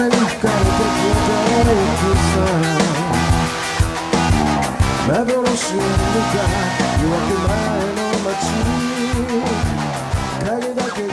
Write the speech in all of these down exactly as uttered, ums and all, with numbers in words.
に惹かれて消えていくさ幻を見るか夜明け前の街影だけが静かに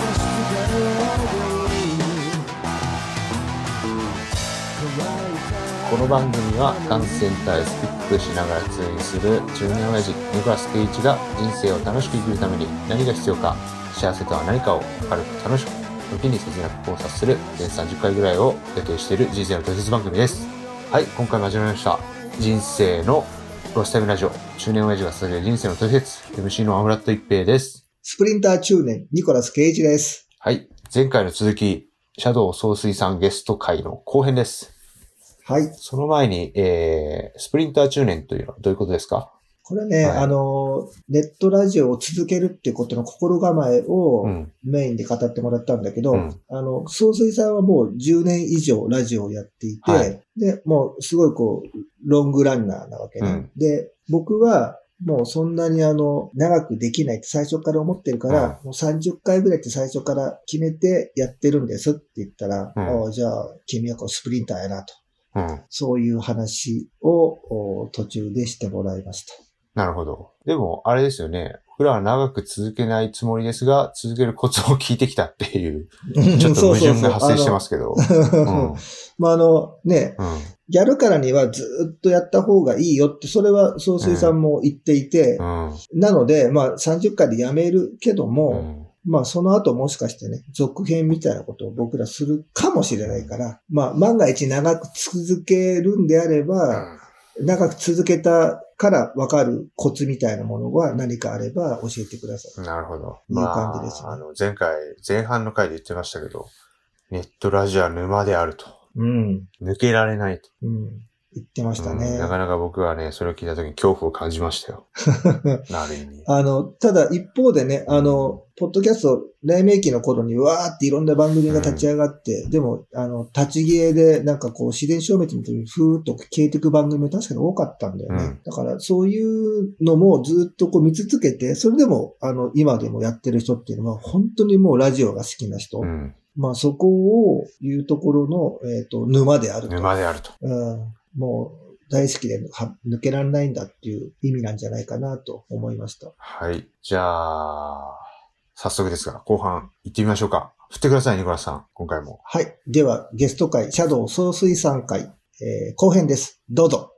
この番組はダンスセンターへスキップしながら通院する中年親父ニコラス圭一が人生を楽しく生きるために何が必要か、幸せとは何かを明るく楽しく時に切なく考察する全さんじゅっかいぐらいを予定している人生の大切番組です。はい、今回も始まりました人生のロスタイムラジオ、中年親父が捧げる人生の大切 エムシー のアムラット一平です。 スプリンター中年ニコラス圭一です。 はい、前回の続きシャドウ総帥さんゲスト会の後編です。 はい。 その前に、えー、スプリンター中年というのはどういうことですか？ これね、はい、あの、ネットラジオを続けるってことの心構えをメインで語ってもらったんだけど、うん、あの、総帥さんはもうじゅうねん以上ラジオをやっていて、はい、で、もうすごいこう、ロングランナーなわけね。うん、で、僕はもうそんなにあの、長くできないって最初から思ってるから、うん、もうさんじゅっかいぐらいって最初から決めてやってるんですって言ったら、うん、あじゃあ君はこうスプリンターやなと。うん、そういう話を途中でしてもらいました。 なるほど。でも、あれですよね。僕らは長く続けないつもりですが、続けるコツを聞いてきたっていう、ちょっと矛盾が発生してますけど。 まあ、あの、ね、うん、やるからにはずっとやった方がいいよって、それは総帥さんも言っていて、うんうん、なので、まあ、さんじゅっかいでやめるけども、うんまあその後もしかしてね、続編みたいなことを僕らするかもしれないから、まあ万が一長く続けるんであれば、長く続けたから分かるコツみたいなものは何かあれば教えてください。 なるほど。 いう感じですね。 まあ、あの前回、前半の回で言ってましたけど、ネットラジオは沼であると。うん。抜けられないと。 うん。言ってましたね、 うん。なかなか僕はね、それを聞いたときに恐怖を感じましたよ。なる意味。 あの、ただ一方でね、あの、ポッドキャスト、黎明期の頃にわーっていろんな番組が立ち上がって、うん、でも、あの、立ち消えでなんかこう自然消滅みたいにふーっと消えていく番組も確かに多かったんだよね。うん、だからそういうのもずっとこう見続けて、それでも、あの、今でもやってる人っていうのは本当にもうラジオが好きな人。うんまあそこを言うところの、えっと、沼であると。 沼であると。 うん。もう大好きで抜けられないんだっていう意味なんじゃないかなと思いました。 はい。じゃあ、早速ですが、後半行ってみましょうか。振ってください、ニコラスさん。今回も。 はい。では、ゲスト会、シャドウ総帥さん会、えー、後編です。どうぞ。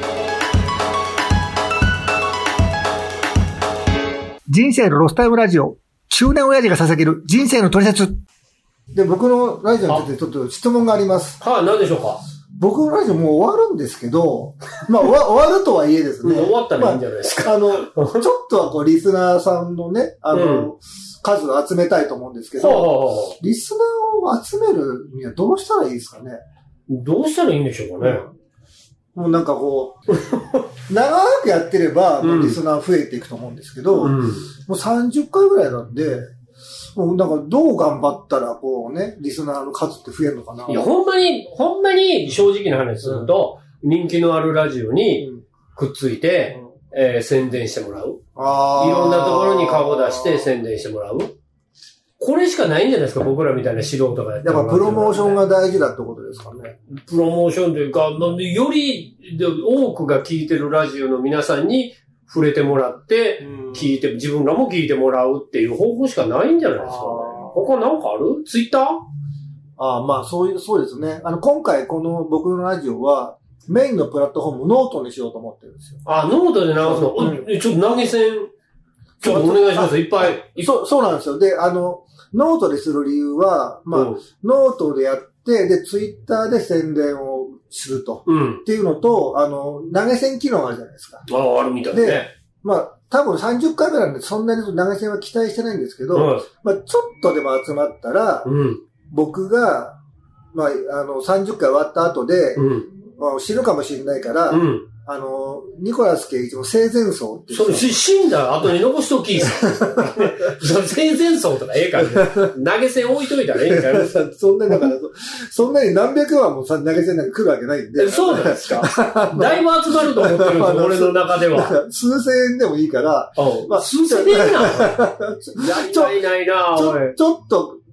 人生のロスタイムラジオ。中年親父が捧げる人生の取説。で、僕のラジオについてちょっと質問があります。 はい、何でしょうか。 僕のラジオもう終わるんですけど、まあ終わ、終わるとはいえですね。 終わったらいいんじゃないですか。 まあ、あの、ちょっとはこう、リスナーさんのね、あの、うん、数を集めたいと思うんですけど、はあ、リスナーを集めるにはどうしたらいいですかね。 どうしたらいいんでしょうかね。 うん、もうなんかこう、長くやってれば、もうリスナー増えていくと思うんですけど、うん、もうさんじゅっかいぐらいなんで、もうなんかどう頑張ったらこうね、リスナーの数って増えるのかな。 いや、ほんまに、ほんまに正直な話すると、うん、人気のあるラジオにくっついて、うんえー、宣伝してもらう。あいろんなところに顔を出して宣伝してもらう。これしかないんじゃないですか、僕らみたいな素人がやってる。 やっぱプロモーションが大事だってことですかね。 プロモーションというか、より多くが聞いてるラジオの皆さんに触れてもらって、聞いて、自分らも聞いてもらうっていう方法しかないんじゃないですかね。他なんかある？ツイッター？ ああ、まあそういう、そうですね。あの、今回この僕のラジオは、メインのプラットフォームノートにしようと思ってるんですよ。 あ、ノートで流すの、うん、ちょっと投げ銭、ちょっとお願いします。いっぱい。 そう、そうなんですよ。で、あの、ノートでする理由は、まあ、うん、ノートでやって、で、ツイッターで宣伝をすると。うん。っていうのと、あの、投げ銭機能があるじゃないですか。 ああ、あるみたいですね。で、 まあ、多分さんじゅっかいぐらいなんで、そんなに投げ銭は期待してないんですけど、うん、まあ、ちょっとでも集まったら、うん、僕が、まあ、あの、さんじゅっかい終わった後で、うん、まあ、死ぬかもしれないから、うん、あの、ニコラス・ケイジの生前葬って。 それ死んだ後に残しとき。それ生前葬とかええからね。投げ銭置いといたらええから。 そんなにだから、そんなに何百万もさ投げ銭なんか来るわけないんで。 そうなんですか。だいぶ集まると思ってるんですよ、俺の中では。 数千円でもいいから。 まあ、数千円なのやりたいないなちょ、ちょっと、ち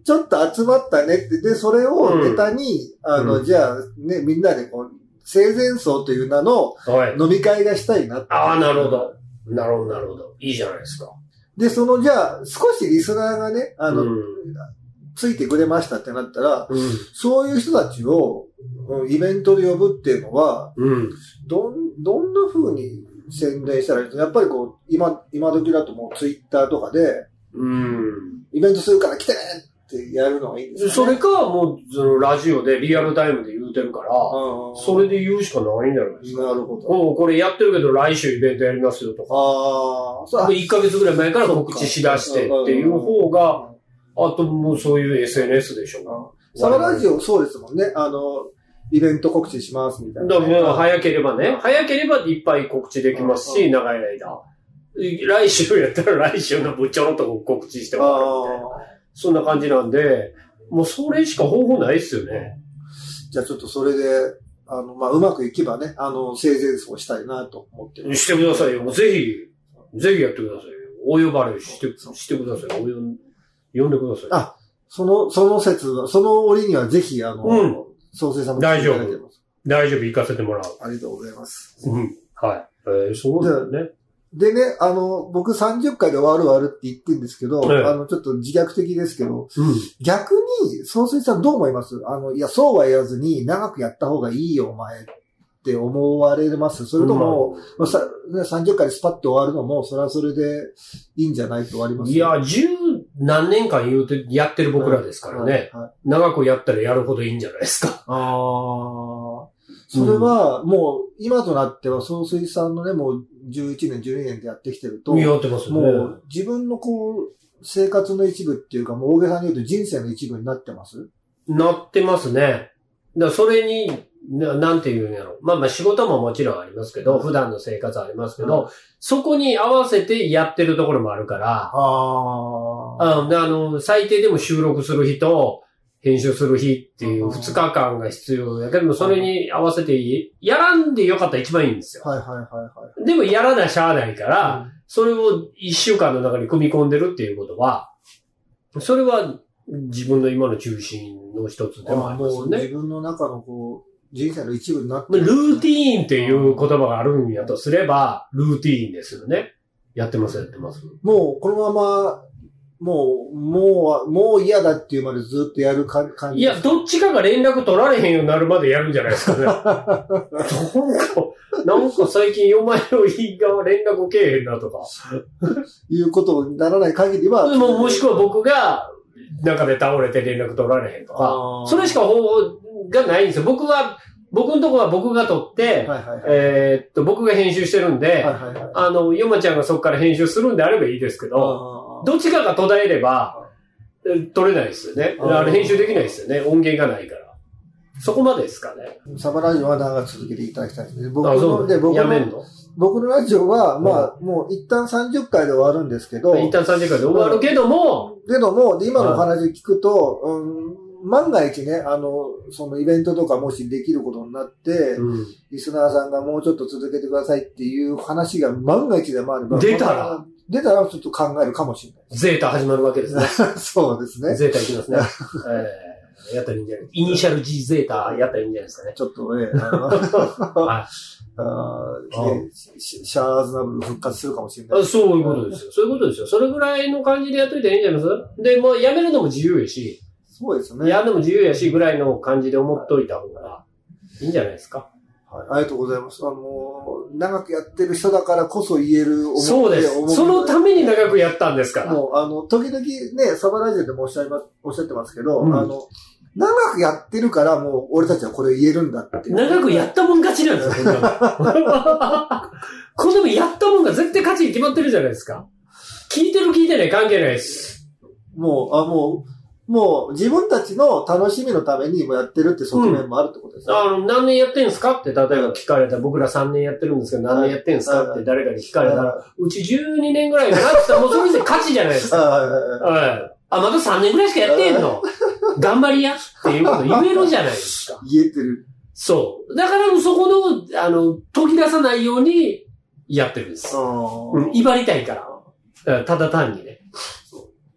ちょっと集まったねって、で、それをネタに、うん、あの、じゃあ、ね、みんなでこう、生前葬という名の飲み会がしたいなって。 ああ、なるほど。なるほど、なるほど。いいじゃないですか。 で、その、じゃあ、少しリスナーがね、あの、うん、ついてくれましたってなったら、うん、そういう人たちを、イベントで呼ぶっていうのは、うん、どん、どんな風に宣伝したらいいんですか？やっぱりこう、今、今時だともうツイッターとかで、うん、イベントするから来てねってやるのがいいんですかね。 それか、もう、そのラジオでリアルタイムで言うてるから、それで言うしかないんじゃないですか。 なるほど。 もうこれやってるけど来週イベントやりますよとか。ああ、そう。いっかげつぐらい前から告知しだしてっていう方が、あともうそういう エスエヌエス でしょう。 サバラジオそうですもんね。あの、イベント告知しますみたいな、 ね。だから早ければね、早ければいっぱい告知できますし、長い間。来週やったら来週のぶっちょろっと告知してもらうみたいな。そんな感じなんで、もうそれしか方法ないっすよね。 じゃあちょっとそれで、あの、まあ、うまくいけばね、あの、生前葬したいなと思ってます。 してくださいよ。もうぜひ、ぜひやってくださいよ。お呼ばれして、してください。お呼ん、呼んでください。 あ、その、その説は、その折にはぜひ、あの、うん、総裁さんも大丈夫。大丈夫、行かせてもらう。 ありがとうございます。 うん。はい。えー、そうだよね。 でね、あの、僕さんじゅっかいで終わる終わるって言ってるんですけど、ええ、あの、ちょっと自虐的ですけど、うん、逆に、総帥さんどう思います？あの、いや、そうは言わずに、長くやった方がいいよ、お前って思われますそれとも、うん、ささんじゅっかいでスパッと終わるのも、それはそれでいいんじゃないと終わります？ いや、十何年間言うて、やってる僕らですからね、はいはいはい。長くやったらやるほどいいんじゃないですか。 ああ。それは、もう、今となっては、総帥さんのね、もう、じゅういちねん、じゅうにねんでやってきてると、 やってますね。 もう、自分のこう、生活の一部っていうか、もう大げさに言うと人生の一部になってます？ なってますね。だからそれに、な、なんていうんやろ。まあまあ仕事ももちろんありますけど、普段の生活はありますけど、うん、そこに合わせてやってるところもあるから、あああの、最低でも収録する日と、編集する日っていうふつかかんが必要やけど、それに合わせてやらんでよかったら一番いいんですよ。 はいはいはいはい。 でもやらなしゃあないから、うん、それをいっしゅうかんの中に組み込んでるっていうことは、それは自分の今の中心の一つでもありますよね。 自分の中のこう、人生の一部になってる。 ルーティーンっていう言葉があるんやとすれば、ルーティーンですよね。やってますやってます。 もうこのまま、もう、もう、もう嫌だっていうまでずっとやる感じ。 いや、どっちかが連絡取られへんようになるまでやるんじゃないですかね。なんか、なんか最近お前のいい側連絡けえへんなとか。 いうことにならない限りは。 でも、もしくは僕が、中で倒れて連絡取られへんとか。それしか方法がないんですよ。僕は、僕のとこは僕が撮って、はいはいはい、えー、っと、僕が編集してるんで、はいはいはい、あの、ヨマちゃんがそこから編集するんであればいいですけど、どっちかが途絶えれば、撮れないですよね。あれ編集できないですよね。音源がないから。そこまでですかね。 サバラジオは長く続けていただきたいですね。僕の、で僕の、の僕のラジオは、まあ、うん、もう一旦さんじゅっかいで終わるんですけど、 一旦さんじゅっかいで終わるけども、 けども、で、今のお話聞くと、うん万が一ね、あの、そのイベントとかもしできることになって、うん、リスナーさんがもうちょっと続けてくださいっていう話が万が一でもあれば、 出たら出たらちょっと考えるかもしれない。 ゼータ始まるわけですね。 そうですね。 ゼータいきますね。えー、やったらいいんじゃないイニシャル G ゼータやったらいいんじゃないですかね。 ちょっとね、はいあシャアーズナブル復活するかもしれない。 そういうことですよ。そういうことですよ。それぐらいの感じでやっといたらいいんじゃないですか。で、もうやめるのも自由やし、 そうですね。 やるのも自由やし、ぐらいの感じで思っといた方がいいんじゃないですか。 はい。ありがとうございます。あのー、長くやってる人だからこそ言える思い。 そうです。そのために長くやったんですから。 もう、あの、時々ね、サバラジオでもおっしゃいま、おっしゃってますけど、うん、あの、長くやってるからもう俺たちはこれ言えるんだって。 長くやったもん勝ちなんですよ、こんなの。こんなのやったもんが絶対勝ちに決まってるじゃないですか。聞いてる聞いてない関係ないです。 もう、あ、もう、もう自分たちの楽しみのためにもやってるって側面もあるってことですね。 うん、あの、何年やってんすかって例えば聞かれたら、僕らさんねんやってるんですけど何年やってんすかって誰かに聞かれたら、うちじゅうにねんぐらいかなって言ったらもうそれで勝ちじゃないですか。はい。あ、まださんねんぐらいしかやってんの頑張りやっていうこと言えるじゃないですか。 言えてる。 そう。だからそこの、あの、途切らさないようにやってるんです。うん、威張りたいから。ただ単にね。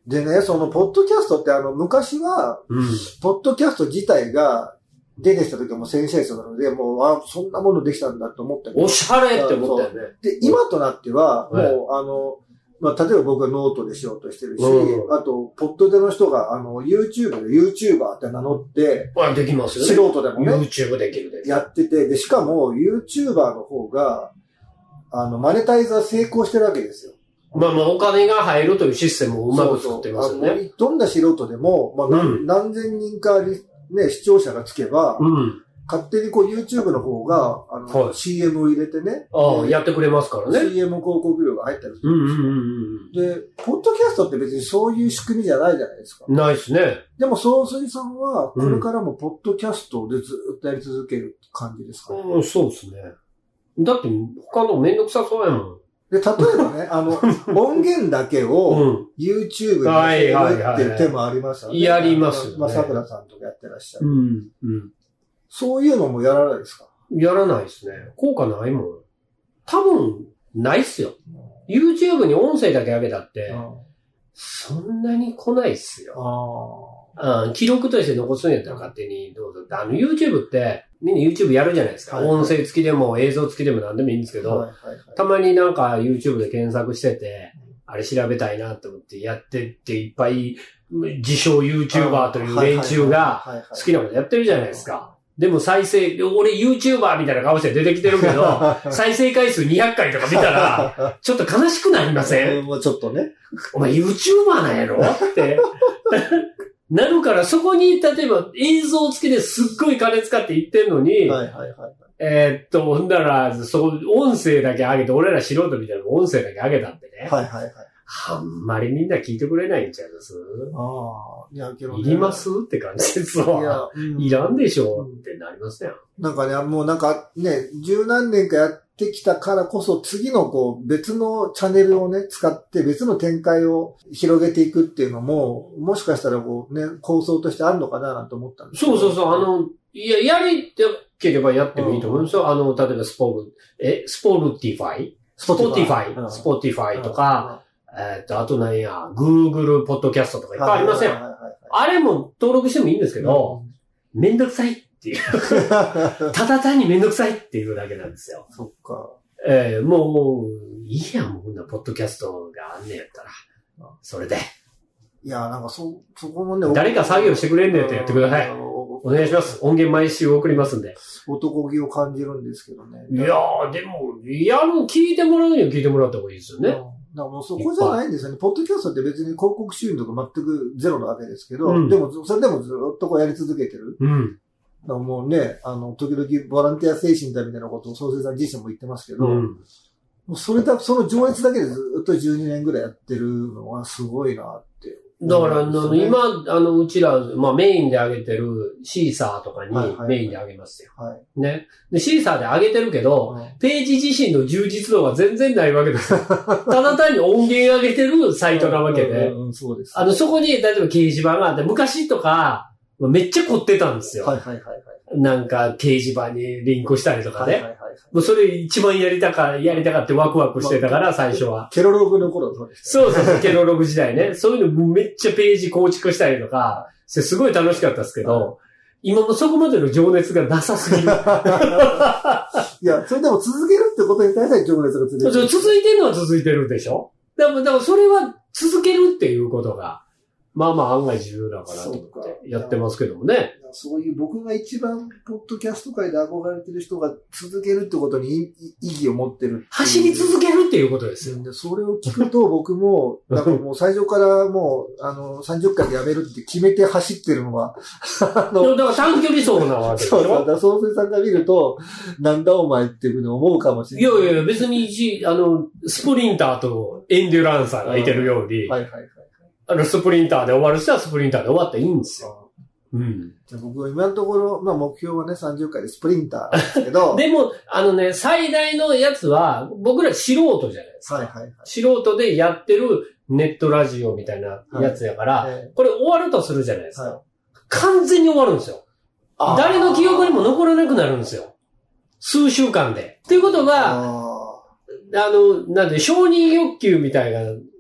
でね、その、ポッドキャストってあの、昔は、うん、ポッドキャスト自体が出てきた時はもうセンセーションなので、もう、あ、そんなものできたんだと思ったけど。 おしゃれって思ったよね。 で、今となっては、もう、はい、あの、まあ、例えば僕はノートでしようとしてるし、うん、あと、ポッドでの人が、あの、YouTube で YouTuber って名乗って、 あ、できますよね。 素人でもね。 YouTube できるで。 やってて、で、しかも YouTuber の方が、あの、マネタイズは成功してるわけですよ。 まあまあ、お金が入るというシステムをうまく作ってますよね。そうそう、 どんな素人でも、まあ何、うん、何千人かね、視聴者がつけば、うん、勝手にこう YouTube の方が、あの、はい、シーエム を入れてね。 ああ、やってくれますからね。 シーエム 広告料が入ったりするんですよ。うんうんうん、で、ポッドキャストって別にそういう仕組みじゃないじゃないですか。 ないですね。 でも、総帥さんは、これからもポッドキャストでずっとやり続ける感じですか、ね、 うん、そうですね。だって、他のめんどくさそうやもん。 で、例えばね、あの、音源だけを YouTube に載せるっていう手もありますよね。 やりますよね。 まあ、桜さんとかやってらっしゃる。 うん。うん。 そういうのもやらないですか？ やらないですね。効果ないもん。多分、ないっすよ。YouTube に音声だけ上げたって、うん、そんなに来ないっすよ。ああ、記録として残すんやったら勝手にどうぞ。あの YouTube って、みんな YouTube やるじゃないですか。はいはい、音声付きでも映像付きでも何でもいいんですけど、はいはいはい、たまになんか YouTube で検索してて、あれ調べたいなと思ってやってっていっぱい自称 YouTuber という連中が好きなことやってるじゃないですか。でも再生、俺 YouTuber みたいな顔して出てきてるけど、再生回数にひゃっかいとか見たら、ちょっと悲しくなりません？ もうちょっとね。 お前 YouTuber なんやろって。なるから、そこに、例えば映像付きですっごい金使って言ってんのに、はいはいはい、えー、っと、ほんなら、そう、音声だけ上げて、俺ら素人みたいな音声だけ上げたってね。はいはいはい。あんまりみんな聞いてくれないんちゃいます？ああ、いや、けど、ね。いりますって感じですわ。いや、うん、いらんでしょってなりますね。 なんかね、もうなんかね、十何年かやってきたからこそ、次のこう、別のチャンネルをね、使って別の展開を広げていくっていうのも、もしかしたらこうね、構想としてあるのかななんて思ったんですそうそうそう、あの、いや、やりたければやってもいいと思うんですよ。うん、あの、例えばスポール、え、スポルティファイスポティファイスポティファイとか、えっと、あと何や、Google ポッドキャストとかいっぱいありますよ。あれも登録してもいいんですけど、うん、めんどくさいっていう。ただ単にめんどくさいっていうだけなんですよ。 そっか。 えー、もう、いいやん、もうこんなポッドキャストがあんねやったら。それで。 いや、なんかそ、そこもね、 誰か作業してくれんねやったらやってください。お願いします。音源毎週送りますんで。 男気を感じるんですけどね。 いやー、でも、やる、聞いてもらうには聞いてもらった方がいいですよね。 だからもうそこじゃないんですよね。ポッドキャストって別に広告収入とか全くゼロなわけですけど、うん、でも、それでもずっとこうやり続けてる。うん。だからもうね、あの、時々ボランティア精神だみたいなことを総裁さん自身も言ってますけど、うん、もうそれだ、その情熱だけでずっとじゅうにねんぐらいやってるのはすごいなって。 だから、あの、今、あの、うちら、まあメインで上げてるシーサーとかにメインで上げますよ。はいはい、ね。で、シーサーで上げてるけど、はい、ページ自身の充実度が全然ないわけですよ。ただ単に音源上げてるサイトなわけで。うんうん、そうです。あの、そこに、例えば掲示板があって、昔とか、めっちゃ凝ってたんですよ。はいはいはい、はい。なんか、掲示板にリンクしたりとかね。はいはいはい。もうそれ一番やりたか、やりたかってワクワクしてたから、最初は。 ケロログの頃そうです。 そうそうそう、ケロログ時代ね。そういうのめっちゃページ構築したりとか、すごい楽しかったですけど、今もそこまでの情熱がなさすぎる。 いや、それでも続けるってことに対して情熱が続いてる。 続いてるのは続いてるでしょ？でも、でもそれは続けるっていうことが、まあまあ案外重要だからと思ってやってますけどもね。 そういう僕が一番ポッドキャスト界で憧れてる人が続けるってことに意義を持ってるって走り続けるっていうことですよ。 でそれを聞くと僕も、なんかもう最初からもう、あの、さんじゅっかいでやめるって決めて走ってるのは、 あの、だから短距離走なわけでしょ。 そうそう。だから総帥さんが見ると、なんだお前っていうふうに思うかもしれない。 いやいや、別に一、あの、スプリンターとエンデュランサーがいてるように、はいはいはい。あの、スプリンターで終わる人はスプリンターで終わっていいんですよ。 うん。じゃ僕は今のところ、まあ目標はね、さんじゅっかいでスプリンターですけど。 でも、あのね、最大のやつは、僕ら素人じゃないですか。はいはいはい。素人でやってるネットラジオみたいなやつやから、はい、これ終わるとするじゃないですか。はい、完全に終わるんですよ。誰の記憶にも残らなくなるんですよ。数週間で。っていうことが、あの、なんで、承認欲求みたいな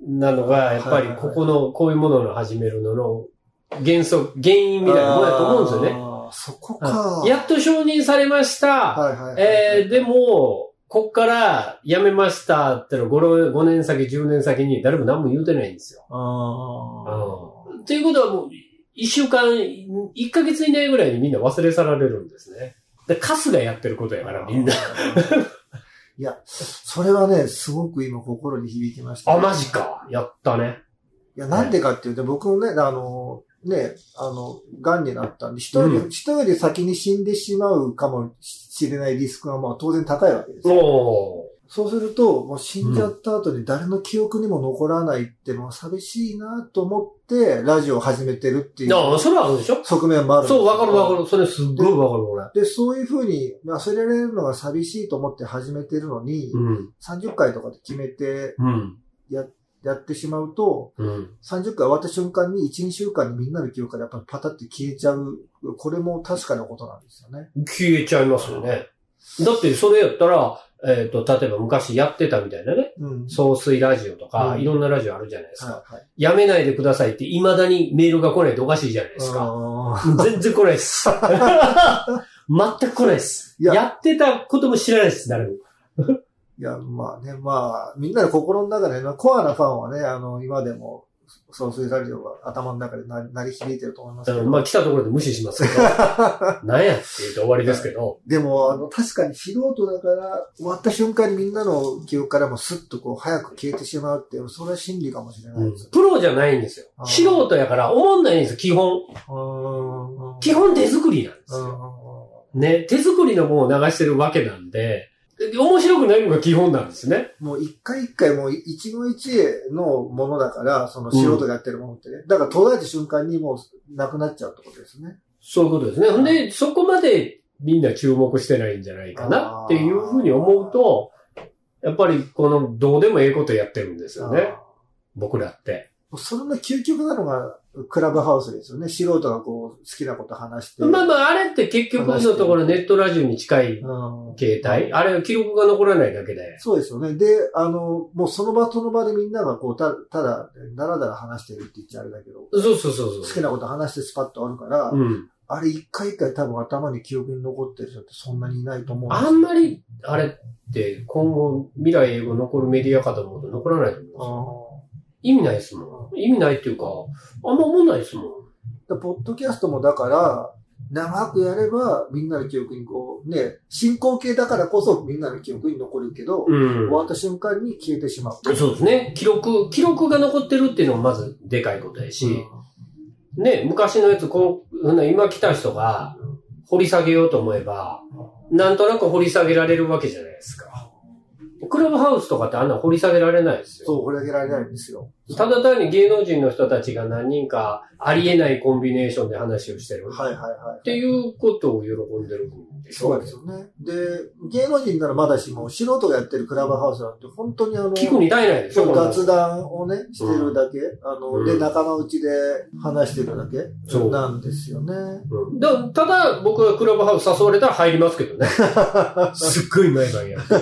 なのが、やっぱりここの、こういうものの始めるのの原則、原因みたいなものだと思うんですよね。 ああ、そこか。 やっと承認されました。はいはいはい、えー、でも、こっから辞めましたってのはごねん先、じゅうねん先に誰も何も言うてないんですよ。ああ。っていうことはもう、一週間、一ヶ月以内ぐらいにみんな忘れ去られるんですね。で、カスがやってることやから、みんな。 いや、それはね、すごく今心に響きました、 ね。あ、マジか。やったね。 いや、なんでかっていうと、僕もね、あの、ね、あの、癌になったんで、人より、うん、人より先に死んでしまうかもしれないリスクはまあ当然高いわけですよ。おー。そうすると、もう死んじゃった後に誰の記憶にも残らないってのは寂しいなと思って、ラジオを始めてるっていう。 ああ、それはあるでしょ？ 側面もある。 そう、わかるわかる。それすっごいわかる、俺。 で、そういうふうに忘れられるのが寂しいと思って始めてるのに、うん、さんじゅっかいとかで決めてや、うんやってしまうと、うん、さんじゅっかい終わった瞬間にいち、にしゅうかんにみんなの記憶からやっぱりパタって消えちゃう。これも確かなことなんですよね。 消えちゃいますよね。だってそれやったら、えっ、ー、と、例えば昔やってたみたいなね、うん、送水ラジオとか、うん、いろんなラジオあるじゃないですか。はいはい、やめないでくださいって未だにメールが来ないとおかしいじゃないですか。全然来ないです。全く来ないです。や, やってたことも知らないです、誰も。 いや、まあね、まあ、みんなの心の中で、コアなファンはね、あの、今でも、そうそういうラジオが頭の中でな鳴り響いてると思いますけど。 まあ、来たところで無視しますけど。何やって言うと終わりですけど。 でも、あの、確かに素人だから、終わった瞬間にみんなの記憶からもスッとこう、早く消えてしまうっていう、それは真理かもしれないです、 うん。プロじゃないんですよ。素人やから思んないんですよ、基本。基本手作りなんですよ。ね、手作りのものを流してるわけなんで、面白くないのが基本なんですね。 もう一回一回もう一期一会のものだから、その素人がやってるものってね。うん、だから途絶えた瞬間にもうなくなっちゃうってことですね。 そういうことですね。ほんで、そこまでみんな注目してないんじゃないかなっていうふうに思うと、やっぱりこのどうでもええことやってるんですよね。僕らって。 それの究極なのがクラブハウスですよね。素人がこう好きなこと話して。 まあまあ、あれって結局のところネットラジオに近い形態。うん、あれは記録が残らないだけで。 そうですよね。で、あの、もうその場その場でみんながこう、たただ、だらだら話してるって言っちゃあれだけど。 そうそうそうそう。 好きなこと話してスパッとあるから、うん、あれ一回一回多分頭に記憶に残ってる人ってそんなにいないと思うんですよ。 あんまり、あれって今後未来英語残るメディアかと思うと残らないと思うんですよ。意味ないですもん。意味ないっていうか、あんま思んないですもん。 ポッドキャストもだから、長くやればみんなの記憶にこう、ね、進行形だからこそみんなの記憶に残るけど、うん、終わった瞬間に消えてしまう。 そうですね。記録、記録が残ってるっていうのもまずでかいことやし、うん、ね、昔のやつ、この今来た人が掘り下げようと思えば、なんとなく掘り下げられるわけじゃないですか。クラブハウスとかってあんな掘り下げられないですよ。 そう、掘り上げられないんですよ。 ただ単に芸能人の人たちが何人かありえないコンビネーションで話をしてる。 はいはいはい。 っていうことを喜んでるんでしょ。 そうですよね。で、芸能人ならまだしも、素人がやってるクラブハウスなんて本当にあの、 聞くに耐えないでしょ。 雑談をね、してるだけ。うん、あの、うん、で、仲間内で話してるだけ。そう。なんですよね。 うん、だただ、僕がクラブハウス誘われたら入りますけどね。すっごい毎晩やる。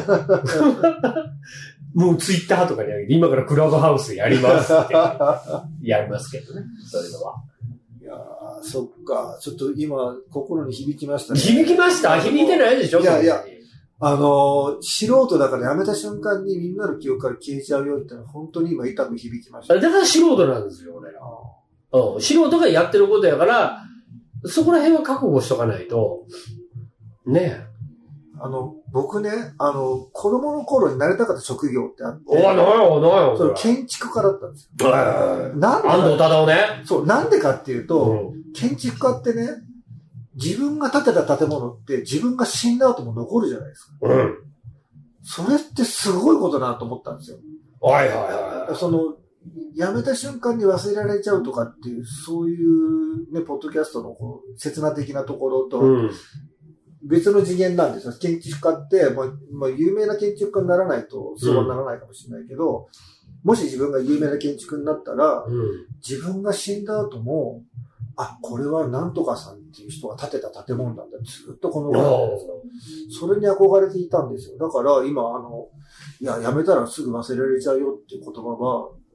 もうツイッターとかに上げて、今からクラブハウスやりますって。やりますけどね。そういうのは。 いやー、そっか。ちょっと今、心に響きましたね。 響きました？響いてないでしょ？ いやいや。あのー、素人だから辞めた瞬間にみんなの記憶から消えちゃうよってのは本当に今痛く響きました。 だから素人なんですよ、俺ら。うん。素人がやってることやから、そこら辺は覚悟しとかないと、ねえ。 あの、僕ね、あの、子供の頃になりたかった職業ってあって。 おー、なんや、なんや。 それ建築家だったんですよ。 なんで安藤忠雄ね。 そう、なんでかっていうと、うん、建築家ってね、自分が建てた建物って自分が死んだ後も残るじゃないですか。うん。それってすごいことだなと思ったんですよ。 はいはいはい。 その、辞めた瞬間に忘れられちゃうとかっていう、そういうね、ポッドキャストのこう、刹那的なところと、うん別の次元なんですよ。建築家って、まあ、まあ、有名な建築家にならないとそうはならないかもしれないけど、うん、もし自分が有名な建築になったら、うん、自分が死んだ後も、あ、これはなんとかさんっていう人が建てた建物なんだ。ずっとこのぐらいなんですよ。それに憧れていたんですよ。だから今、あの、いや、やめたらすぐ忘れられちゃうよっていう言葉は、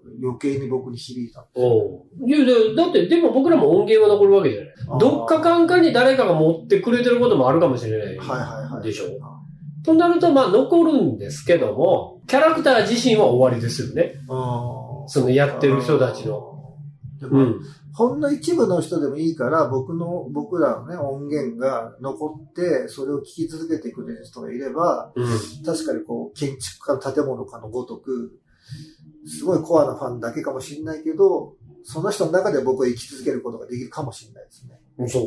余計に僕に響いた。 おいや、だって、でも僕らも音源は残るわけじゃない。どっかかんかに誰かが持ってくれてることもあるかもしれない。はいはいはい。でしょう。となると、まあ残るんですけども、キャラクター自身は終わりですよね。そのやってる人たちの。 うん。ほんの一部の人でもいいから、僕の、僕らのね、音源が残って、それを聞き続けてくれる人がいれば、うん、確かにこう、建築家、建物家のごとく、すごいコアなファンだけかもしれないけど、その人の中で僕は生き続けることができるかもしれないですね。 そう。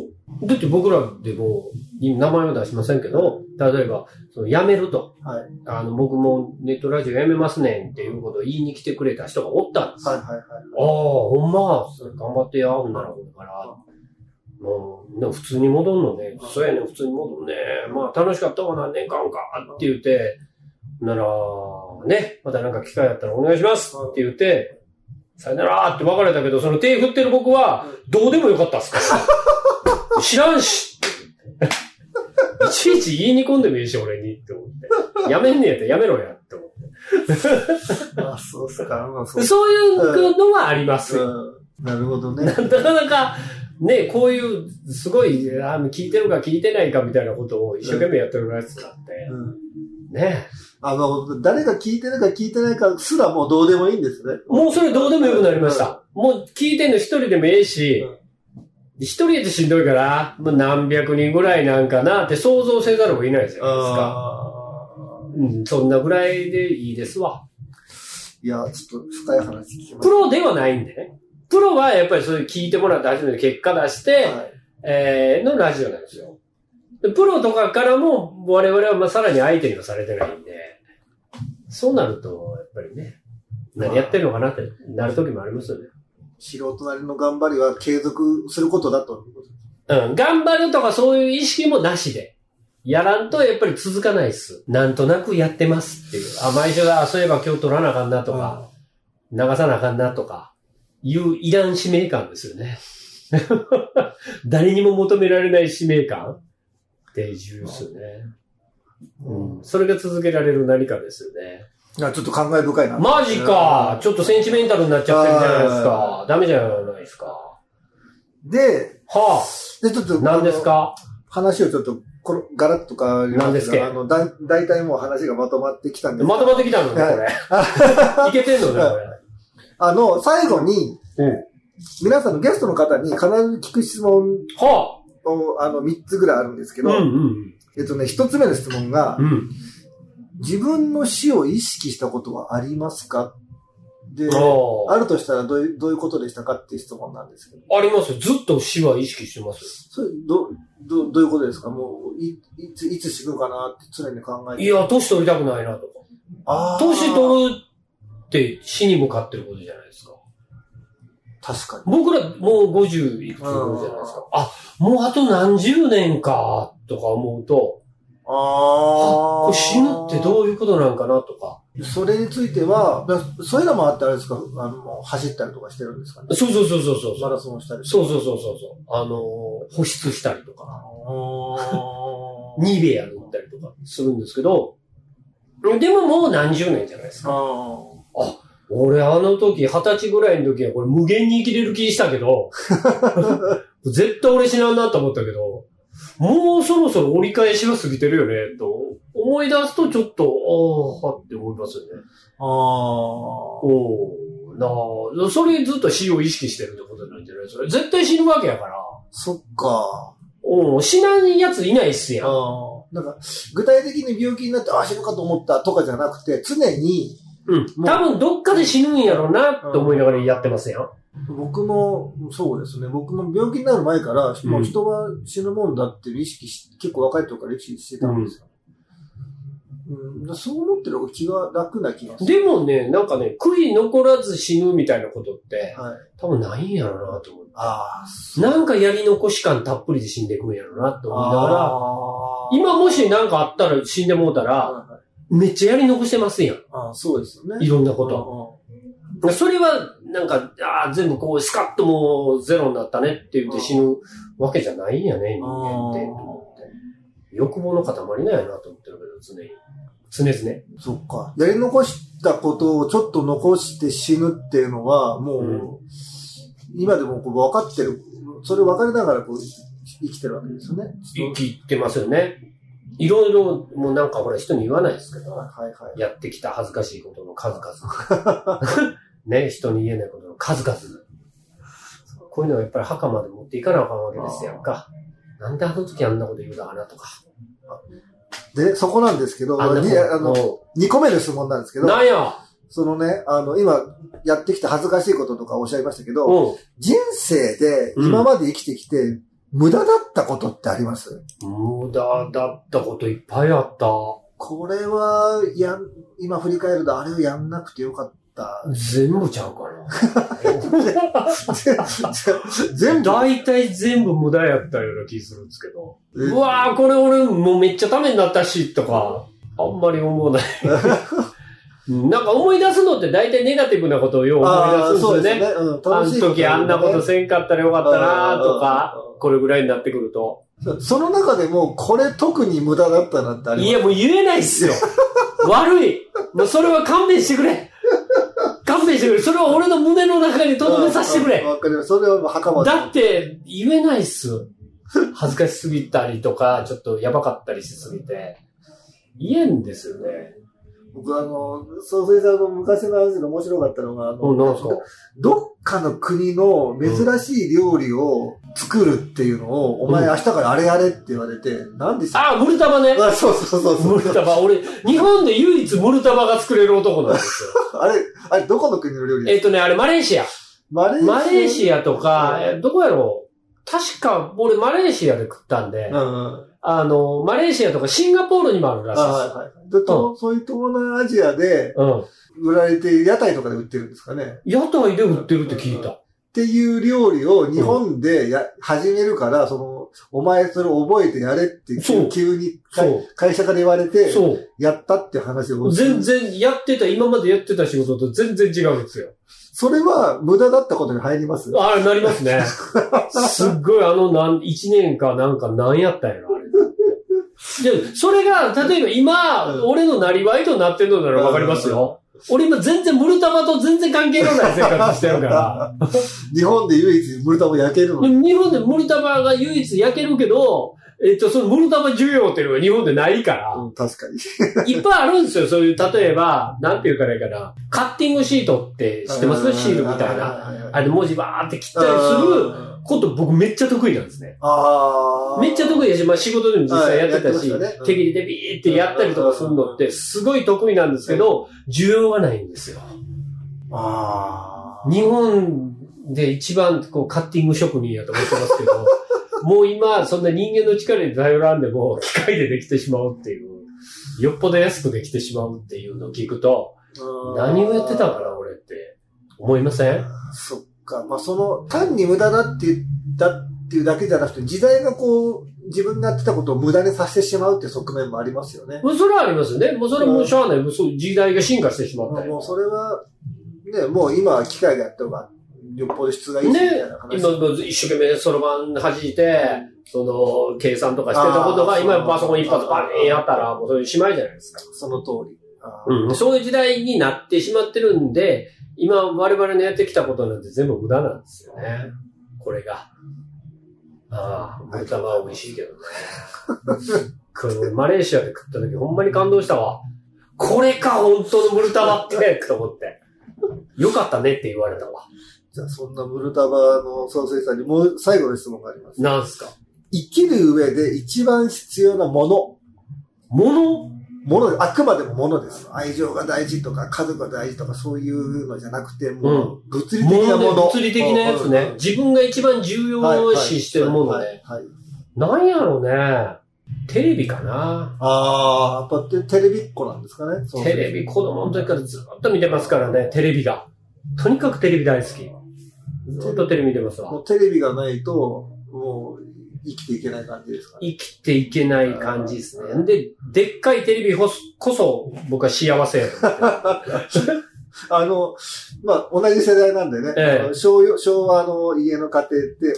だって僕らでも、名前は出しませんけど、例えば、その辞めると。はい。あの、僕もネットラジオ辞めますねんっていうことを言いに来てくれた人がおったんですよ。はいはいはい。ああ、ほんま、頑張ってや、ほんなら、ほんから。もう、普通に戻んのね。そうやねん、普通に戻んね。まあ、楽しかったわ、何年間かって言って、なら、ね、またなんか機会あったらお願いしますって言って、さよならって別れたけど、その手振ってる僕は、どうでもよかったっすから。知らんしいちいち言いに込んでもいいし、俺にって思って。やめんねやったらやめろやって思って。 あ、そうっすか。まあ、 そうそういうのはありますよ。 うん、なるほどね。 なかなか、ね、こういう、すごい、あの、聞いてるか聞いてないかみたいなことを一生懸命やってるやつがあって。うん、ね。 あの、誰が聞いてるか聞いてないかすらもうどうでもいいんですね。 もうそれどうでもよくなりました。うん、もう聞いてんの一人でもええし、うん一人でしんどいから、まあ、何百人ぐらいなんかなって想像せざるを得ないじゃないですか。うん、そんなぐらいでいいですわ。 いや、ちょっと深い話聞きます。 プロではないんでね。プロはやっぱりそれ聞いてもらって初めて結果出して、はい、えー、のラジオなんですよ。プロとかからも我々はまあさらに相手にはされてないんで、そうなると、やっぱりね、何やってるのかなってなる時もありますよね。 素人なりの頑張りは継続することだということです。 うん。頑張るとかそういう意識もなしで。やらんとやっぱり続かないっす。なんとなくやってますっていう。あ、毎週だ、そういえば今日取らなあかんなとか、流さなあかんなとか、いういらん使命感ですよね。誰にも求められない使命感って重要ですよね。うん。それが続けられる何かですよね。 いや、ちょっと感慨深いな。 マジか。ちょっとセンチメンタルになっちゃってるじゃないですか。ダメじゃないですか。 で、 はあ。 で、ちょっと、 何ですか話をちょっと、この、ガラッと変わります。 何ですかあの、だ、だいたいもう話がまとまってきたんで。 まとまってきたのね、これ。いけてんのね、これ。 あの、最後に、うん、皆さんのゲストの方に必ず聞く質問を、はあ、あの、みっつぐらいあるんですけど、うんうん、えっとね、ひとつめの質問が、うん自分の死を意識したことはありますかで、あるとしたらどういう、どういうことでしたかっていう質問なんですけど。 ありますよ。ずっと死は意識してますよ。 それ、ど、ど、どういうことですかもう、い、いつ、いつ死ぬかなって常に考えて。 いや、年取りたくないなとか。ああ。年取るって死に向かってることじゃないですか。 確かに。 僕らもうごじゅういくつのことじゃないですか。あ、もうあと何十年か、とか思うと、ああ。これ死ぬってどういうことなんかなとか。 それについては、そういうのもあってあれですか、あの、走ったりとかしてるんですかね。 そうそうそうそうそう。 マラソンをしたりとか。 そうそうそうそう。あの、保湿したりとか。ニベア塗ったりとかするんですけど、でももう何十年じゃないですか。ああ、俺あの時、二十歳ぐらいの時はこれ無限に生きれる気したけど、絶対俺死なんなと思ったけど、もうそろそろ折り返しは過ぎてるよね、と思い出すとちょっと、ああ、はって思いますよね。ああ。おなあ、それずっと死を意識してるってことなんじゃないですか。絶対死ぬわけやから。 そっか。 お死ないやついないっすやん。あなんか、具体的に病気になって、ああ、死ぬかと思ったとかじゃなくて、常に、 うん。多分どっかで死ぬんやろうな、と思いながらやってますやん。 僕も、そうですね。僕も病気になる前から、うん、もう人は死ぬもんだっていう意識し、結構若い時から意識してたんですよ。うんうん、そう思ってる方が気が楽な気がする。 でもね、なんかね、悔い残らず死ぬみたいなことって、はい、多分ないんやろうなと思って。あなんかやり残し感たっぷりで死んでいくんやろうなと思いながら、今もしなんかあったら死んでもうたら、はいはい、めっちゃやり残してますやん。 あそうですよね。 いろんなこと。それは、なんか、あ全部こう、スカッともうゼロになったねって言って死ぬわけじゃないんやね、人間って。と思って欲望の塊なんやなと思ってるけど、常に。常々。 そっか。やり残したことをちょっと残して死ぬっていうのは、もう、うん、今でもこう分かってる。それ分かりながらこう生きてるわけですよね。 生きてますよね。いろいろ、もうなんかほら人に言わないですけど、はいはい、やってきた恥ずかしいことの数々。ね、人に言えないことの数々。こういうのはやっぱり墓まで持っていかなあかんわけですやんか。なんであの時あんなこと言うだかなとか。 で、そこなんですけど、あの、にこめの質問なんですけど、 なんやそのね、あの、今、やってきた恥ずかしいこととかおっしゃいましたけど、人生で今まで生きてきて、うん、無駄だったことってあります？ 無駄だったこといっぱいあった。 これは、やん、今振り返るとあれをやんなくてよかった。 全部ちゃうかな。全部大体全部無駄やったような気するんですけど。うわぁ、これ俺もうめっちゃためになったし、とか、あんまり思わない。なんか思い出すのって大体ネガティブなことをよう思い出すんですよね。あ, そうですね、うん、楽しいことね。あの時あんなことせんかったらよかったなとか、これぐらいになってくると。 その中でもこれ特に無駄だったなってあります？ いやもう言えないっすよ。悪い。もうそれは勘弁してくれ。勘弁してくれ。それは俺の胸の中に留めさせてくれ。 わかります。それはもう墓場で。 だって言えないっす。恥ずかしすぎたりとか、ちょっとやばかったりしすぎて。言えんですよね。 僕あの、総帥さんの昔の話で面白かったのが、あの、 なんすか？ どっかの国の珍しい料理を作るっていうのを、うん、お前明日からあれやれって言われて、何でした？ あ、ムルタバね。 あ、そうそうそうそう。 ムルタバ。俺、日本で唯一ムルタバが作れる男なんですよ。あれ、あれ、どこの国の料理ですか？えっとね、あれ、マレーシア。 マレーシア。 マレーシアとか、どこやろう？確か、俺、マレーシアで食ったんで、うんうん、あの、マレーシアとかシンガポールにもあるらしいです。はいはい。 でと、うん、そういう東南アジアで、売られて、屋台とかで売ってるんですかね。 屋台で売ってるって聞いた。 っていう料理を日本でや、うん、始めるから、その、お前それ覚えてやれって急に会社から言われて、やったって話を。 全然やってた、今までやってた仕事と全然違うんですよ。 それは無駄だったことに入ります？ ああ、なりますね。すっごいあのなん、一年かなんか何やったんやろ、あれ。で、それが、例えば今、うん、俺のなりわいとなってるのならわかりますよ。俺今全然ムルタバと全然関係のない生活してるから。 日本で唯一ムルタバ焼けるの？ 日本でムルタバが唯一焼けるけど、えっと、そのムルタバ需要っていうのが日本でないから。 うん、確かに。 いっぱいあるんですよ。そういう、例えば、なんていうからいいかな。カッティングシートって知ってます？シールみたいな。あれで文字バーって切ったりすること僕めっちゃ得意なんですね。あめっちゃ得意だし、まあ仕事でも実際やってたし、ねうん、手切りでビーってやったりとかするのってすごい得意なんですけど、需要がないんですよ。あ日本で一番こうカッティング職人やと思ってますけど、もう今、そんな人間の力に頼らんでも、機械でできてしまうっていう、よっぽど安くできてしまうっていうのを聞くと、何をやってたんかな、俺って思いません？ そっか。まあ、その、単に無駄だって言ったっていうだけじゃなくて、時代がこう、自分がやってたことを無駄にさせてしまうっていう側面もありますよね。 それはありますよね。もうそれもしょうがない。もうそう時代が進化してしまったり。 もうそれは、ね、もう今は機械でやった方が、よっぽど質がいいみたいな話。 ね、今、一生懸命そろばん弾いて、その、計算とかしてたことが、今パソコン一発バーンやったら、もうそういうしまいじゃないですか。 その通り。 うん。そういう時代になってしまってるんで、今我々のやってきたことなんて全部無駄なんですよね。これが。ああ、ムルタバは美味しいけどね。これマレーシアで食った時ほんまに感動したわ。これか、本当のムルタバって、と思って。よかったねって言われたわ。 じゃあそんなムルタバの総帥さんにもう最後の質問があります。 何すか？ 生きる上で一番必要なもの。 もの？ もの、あくまでもものです。愛情が大事とか家族が大事とかそういうのじゃなくて、もう物理的なもの。 物理的なやつね。自分が一番重要視してるものね。何やろうね。テレビかな。 ああ、やっぱテレビっ子なんですかね。 テレビ、子供の時からずっと見てますからね、テレビが。とにかくテレビ大好き。ずっとテレビ見てますわ。 もうテレビがないと、もう生きていけない感じですかね。 生きていけない感じですね。で、でっかいテレビこそ僕は幸せやと思って。 あの、まあ、同じ世代なんでね、ええ、昭, 昭和の家の家庭って、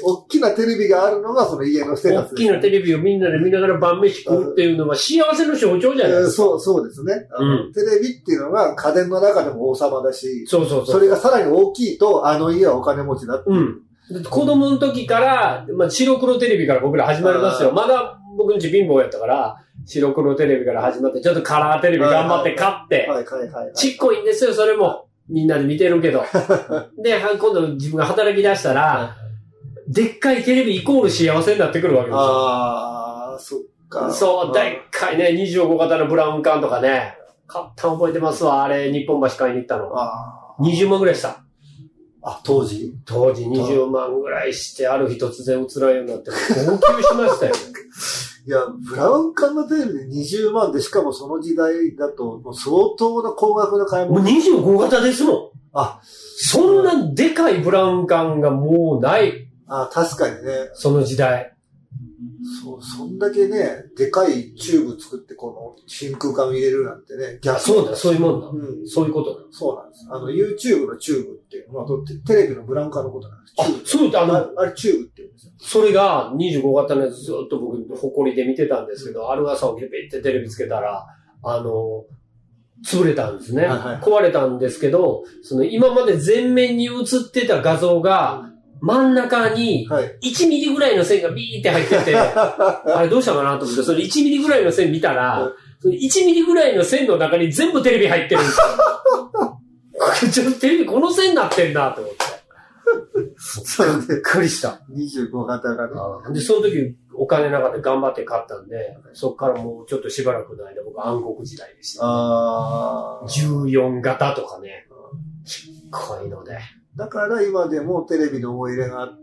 大きなテレビがあるのがその家のステータスです、ね。 大きなテレビをみんなで見ながら晩飯食うっていうのは幸せの象徴じゃないですか。 そう、そうですね、あの、うん。テレビっていうのが家電の中でも王様だし、 そうそうそう。 それがさらに大きいと、あの家はお金持ちだって。うん。 子供の時から、まあ、白黒テレビから僕ら始まりますよ。まだ僕んち貧乏やったから、白黒テレビから始まって、ちょっとカラーテレビ頑張って買って、ちっこいんですよ、それも。みんなで見てるけど。で、今度自分が働き出したら、でっかいテレビイコール幸せになってくるわけですよ。 ああ、そっか。 そう、でっかいね、にじゅうご型のブラウン管とかね、買ったの覚えてますわ、あれ、日本橋買いに行ったの。にじゅうまんぐらいした。 あ、当時当時にじゅうまんぐらいして、ある日突然映らんようになって、号泣しましたよね。 いや、ブラウン管のテレビでにじゅうまんで、しかもその時代だと、もう相当な高額な買い物。 もうにじゅうご型ですもん。あ、そんなでかいブラウン管がもうない。 あ、確かにね。 その時代。 そう、そんだけね、でかいチューブ作って、この真空管を入れるなんてね、 逆。そうだ、そういうもんだ。うん、そういうことだ。 そうなんです。あの、YouTube のチューブっていうのは、テレビのブラウン管のことなんです。 あ、そうだ、あの、 あれチューブって言うんですよ。 それがにじゅうご型のやつずっと僕、誇りで見てたんですけど、うん、ある朝起きてペッてテレビつけたら、あの、潰れたんですね、はいはい。壊れたんですけど、その今まで全面に映ってた画像が、真ん中にいちミリぐらいの線がビーって入ってて、はい、あれどうしたかなと思って、それいちミリぐらいの線見たら、そのいちミリぐらいの線の中に全部テレビ入ってるんですよ。ちょっとテレビこの線になってんなと思って。 そうね。 びっくりした。 にじゅうご型がね。 で、その時お金なかった頑張って買ったんで、そっからもうちょっとしばらくの間僕暗黒時代でした、ね。あじゅうよん型とかね。ちっこいので。 だから今でもテレビの思い入れがあって、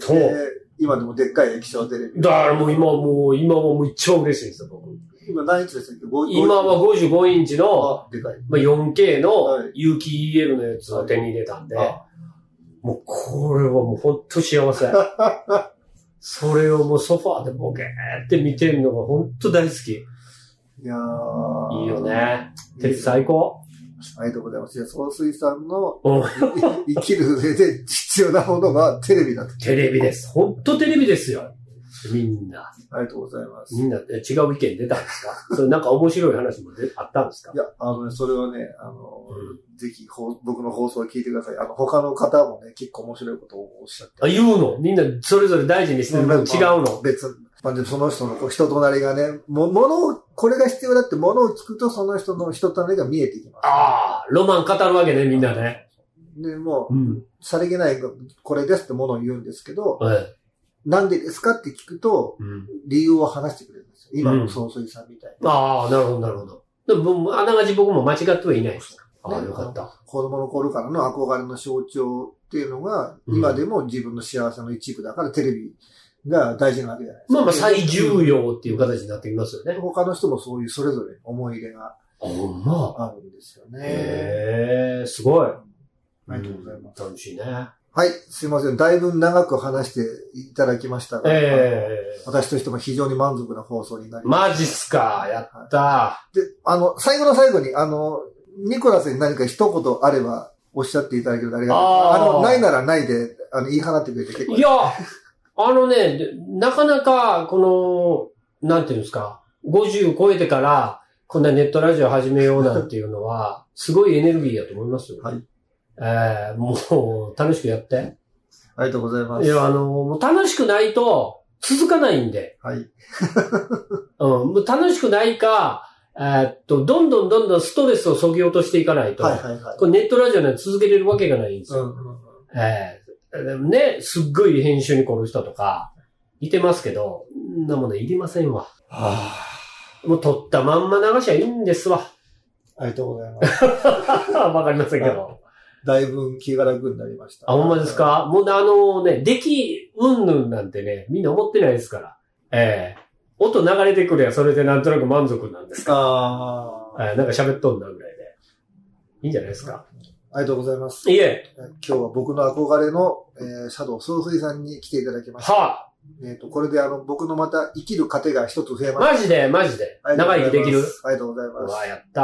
そう。えー、今でもでっかい液晶テレビ。 だからもう今もう、今はもう一番嬉しいんですよ、僕。 今何インチでしたっけ？ 今はごじゅうごインチの、でかい。まあ、よんケー の有機 イーエル のやつを手に入れたんで、はい、もうこれはもうほんと幸せ。それをもうソファーでボケーって見てるのがほんと大好き。いやー。 いいよね。テレビ最高。 ありがとうございます。総帥さんの生きる上で必要なものがテレビだと。 テレビです。ほんとテレビですよ。みんな。 ありがとうございます。 みんな違う意見出たんですか？それなんか面白い話もあったんですか？ いや、あのね、それはね、あの、うん、ぜひ僕の放送を聞いてください。あの、他の方もね、結構面白いことをおっしゃって。 あ、言うの？みんなそれぞれ大事にしてるの違うの？ 別に。まあ、でその人の人となりがね、も、ものを、これが必要だってものを聞くとその人の人となりが見えてきます。 ああ、ロマン語るわけね、みんなね。 で、もう、うん、さりげないこれですってものを言うんですけど、はい、なんでですかって聞くと、うん、理由を話してくれるんですよ。今の総帥さんみたいな。 うん、ああ、なるほど、なるほど。でも、あながち僕も間違ってはいないです。ああ、よかった。 子供の頃からの憧れの象徴っていうのが、うん、今でも自分の幸せの一部だからテレビが大事なわけじゃないですか。 まあまあ最重要っていう形になってきますよね。 他の人もそういうそれぞれ思い入れがあるんですよね。 へー、すごい。 ありがとうございます。 楽しいね。 はい、すいません。だいぶ長く話していただきましたが、えー、私としても非常に満足な放送になりました。 マジっすか、やった、はい。で、あの、最後の最後に、あの、ニコラスに何か一言あればおっしゃっていただけるとありがたいです。あ, あの、ないならないで、あの、言い放ってくれて結構。 いや、あのね、なかなか、この、なんていうんですか、ごじゅう超えてから、こんなネットラジオ始めようなんていうのは、すごいエネルギーだと思いますよ。はい。えー、もう、楽しくやって。 ありがとうございます。 いや、あの、もう楽しくないと、続かないんで。 はい。 うん、もう楽しくないか、えー、っと、どんどんどんどんストレスを削ぎ落としていかないと、はいはいはい。これネットラジオなんて続けれるわけがないんですよ。うんうんうん、えーでもね、すっごい編集に来る人とか、いてますけど、そんなものいりませんわ。はあ、もう撮ったまんま流しゃいいんですわ。 ありがとうございます。 わかりませんけど。 だいぶ気が楽になりました。 あ、ほんまですか？もうあのね、出来うんぬんなんてね、みんな思ってないですから。ええー、音流れてくればそれでなんとなく満足なんですから。ああ、えー。なんか喋っとんなぐらいで。いいんじゃないですか。 ありがとうございます。 いえ。 今日は僕の憧れの、えー、シャドウ総帥さんに来ていただきました。はあ。えっと、これであの、僕のまた生きる糧が一つ増えました。 マジでマジで。長生きできる。 ありがとうございます。 うわ、やった。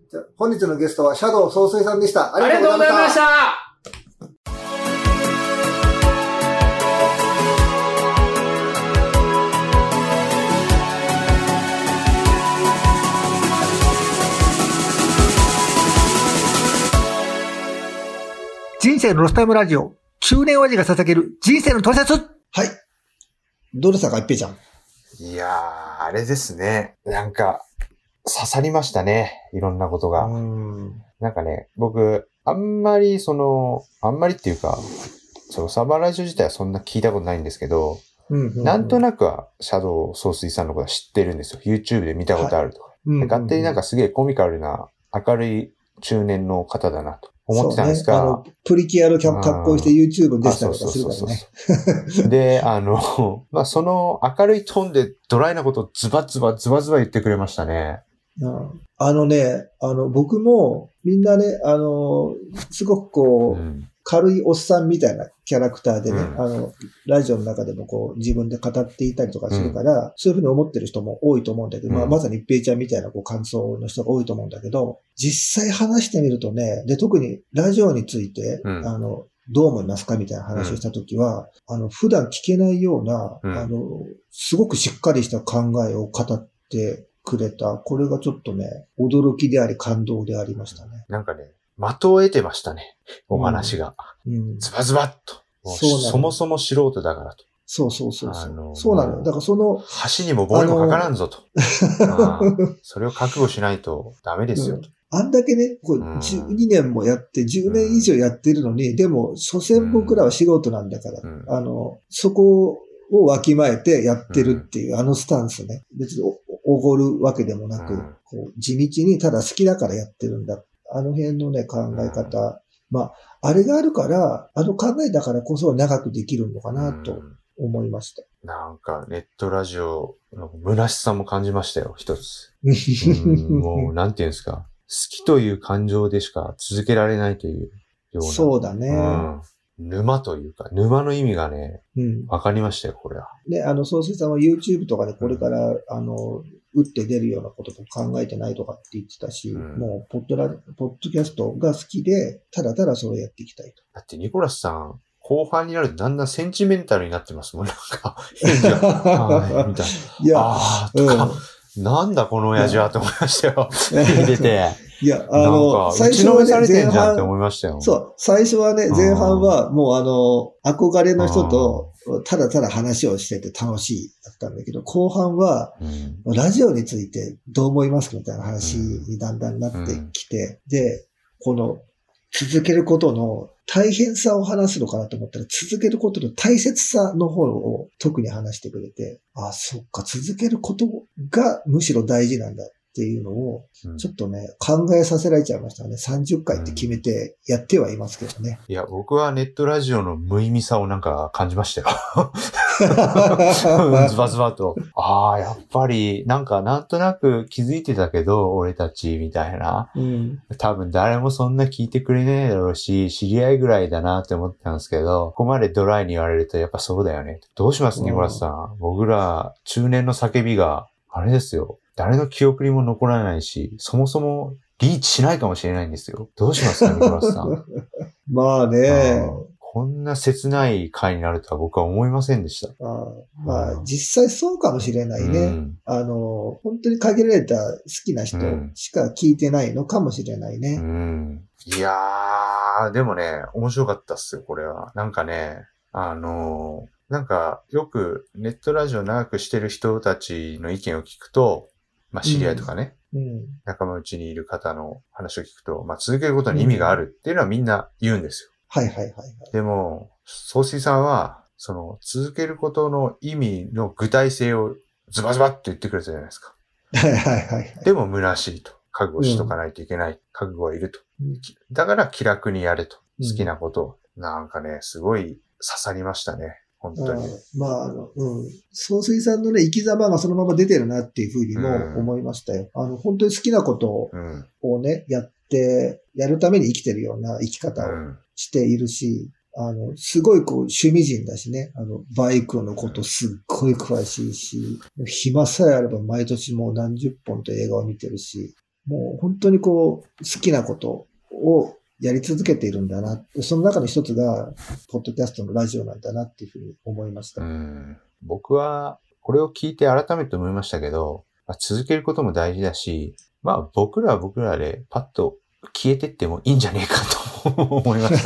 じゃ本日のゲストはシャドウ総帥さんでした。 ありがとうございました。 人生のロスタイムラジオ、中年親父が捧げる人生のトリセツ。 はい。どうでしたか、一平ちゃん。 いやー、あれですね。なんか、刺さりましたね。いろんなことが。うん。なんかね、僕、あんまりその、あんまりっていうか、そのサバラジオ自体はそんな聞いたことないんですけど、うんうんうん、なんとなくはシャドウ総帥さんのことは知ってるんですよ。YouTube で見たことあるとか。はいうんうんうん、勝手になんかすげえコミカルな明るい中年の方だなと。思ってたんですが。 ね、あの、プリキュアの格好して YouTube に出したりとかするからね。 で、あの、まあ、その明るいトーンでドライなことをズバズバズバズバ言ってくれましたね。 うん、あのね、あの、僕もみんなね、あの、すごくこう、うん軽いおっさんみたいなキャラクターでね、うん、あの、ラジオの中でもこう、自分で語っていたりとかするから、うん、そういうふうに思ってる人も多いと思うんだけど、うん、まあ、まさに一平ちゃんみたいなこう感想の人が多いと思うんだけど、実際話してみるとね、で、特にラジオについて、うん、あの、どう思いますかみたいな話をしたときは、うん、あの、普段聞けないような、うん、あの、すごくしっかりした考えを語ってくれた。これがちょっとね、驚きであり感動でありましたね。 なんかね、的を得てましたね。お話が。うん。ズバズバッと。そうそもそも素人だからと。 そうそうそうそう。あのー、そうなの。だからその。 橋にも棒にもかからんぞと。あのそれを覚悟しないとダメですよと。 うん、あんだけね、こうじゅうにねんもやって、じゅうねん以上やってるのに、うん、でも、所詮僕らは素人なんだから、うん、あの、そこをわきまえてやってるっていう、うん、あのスタンスね。別におごるわけでもなく、うん、こう地道にただ好きだからやってるんだ。あの辺のね、考え方。うん、まあ、あれがあるから、あの考えだからこそ長くできるのかなと思いました。 うん、なんか、ネットラジオの虚しさも感じましたよ、一つ。うんもう、なんていうんですか。好きという感情でしか続けられないというような。 そうだね。うん沼というか、沼の意味がね、うん、わかりましたよ、これは。 ね、あの、総帥さんは YouTube とかでこれから、うん、あの、打って出るようなことと考えてないとかって言ってたし、うん、もう、ポッドラ、ポッドキャストが好きで、ただただそれをやっていきたいと。 だって、ニコラスさん、後半になるとだんだんセンチメンタルになってますもん、なんか。変じゃん。はい、みたいな。いや、あーとか、うん、なんだこの親父はと思いましたよ。入れて。いや、あの、最初はね、前半って思いましたよ。 そう、最初はね、前半はもうあの、憧れの人と、ただただ話をしてて楽しいだったんだけど、後半は、うん、ラジオについてどう思いますかみたいな話にだんだんなってきて、うん、で、この、続けることの大変さを話すのかなと思ったら、続けることの大切さの方を特に話してくれて、あ、そっか、続けることがむしろ大事なんだ。っていうのを、ちょっとね、うん、考えさせられちゃいましたね。さんじゅっかいって決めてやってはいますけどね。 うん、いや、僕はネットラジオの無意味さをなんか感じましたよ。ズバズバと。ああ、やっぱり、なんかなんとなく気づいてたけど、俺たちみたいな。うん、多分誰もそんな聞いてくれねえだろうし、知り合いぐらいだなって思ってたんですけど、ここまでドライに言われるとやっぱそうだよね。どうしますニコラスさん。僕ら中年の叫びが、あれですよ。誰の記憶にも残らないし、そもそもリーチしないかもしれないんですよ。どうしますか、ニコラスさん。 まあねあ。 こんな切ない回になるとは僕は思いませんでした。 あまあ、実際そうかもしれないね、うん。あの、本当に限られた好きな人しか聞いてないのかもしれないね。 うん、いやー、でもね、面白かったっすよ、これは。なんかね、あのー、なんか、よくネットラジオ長くしてる人たちの意見を聞くと、まあ、知り合いとかね、うんうん、仲間内にいる方の話を聞くと、まあ、続けることに意味があるっていうのはみんな言うんですよ。 うん、はいはいはい、はい。 でも、総帥さんは、その、続けることの意味の具体性をズバズバって言ってくれたじゃないですか。 はいはいはい。 でも、虚しいと。覚悟しとかないといけない。うん、覚悟はいると。だから気楽にやれと。好きなことを。うん、なんかね、すごい刺さりましたね。本当に。 あまあ、あの、うん。総帥さんのね、生き様がそのまま出てるなっていうふうにも思いましたよ。うん、あの、本当に好きなことをね、うん、やって、やるために生きてるような生き方をしているし、うん、あの、すごいこう、趣味人だしね、あの、バイクのことすっごい詳しいし、暇さえあれば毎年もう何十本と映画を見てるし、 もう本当にこう、好きなことをやり続けているんだな。その中の一つが、ポッドキャストのラジオなんだなっていうふうに思いました。 うん、僕は、これを聞いて改めて思いましたけど、まあ、続けることも大事だし、まあ僕らは僕らでパッと消えてってもいいんじゃねえかと思いました。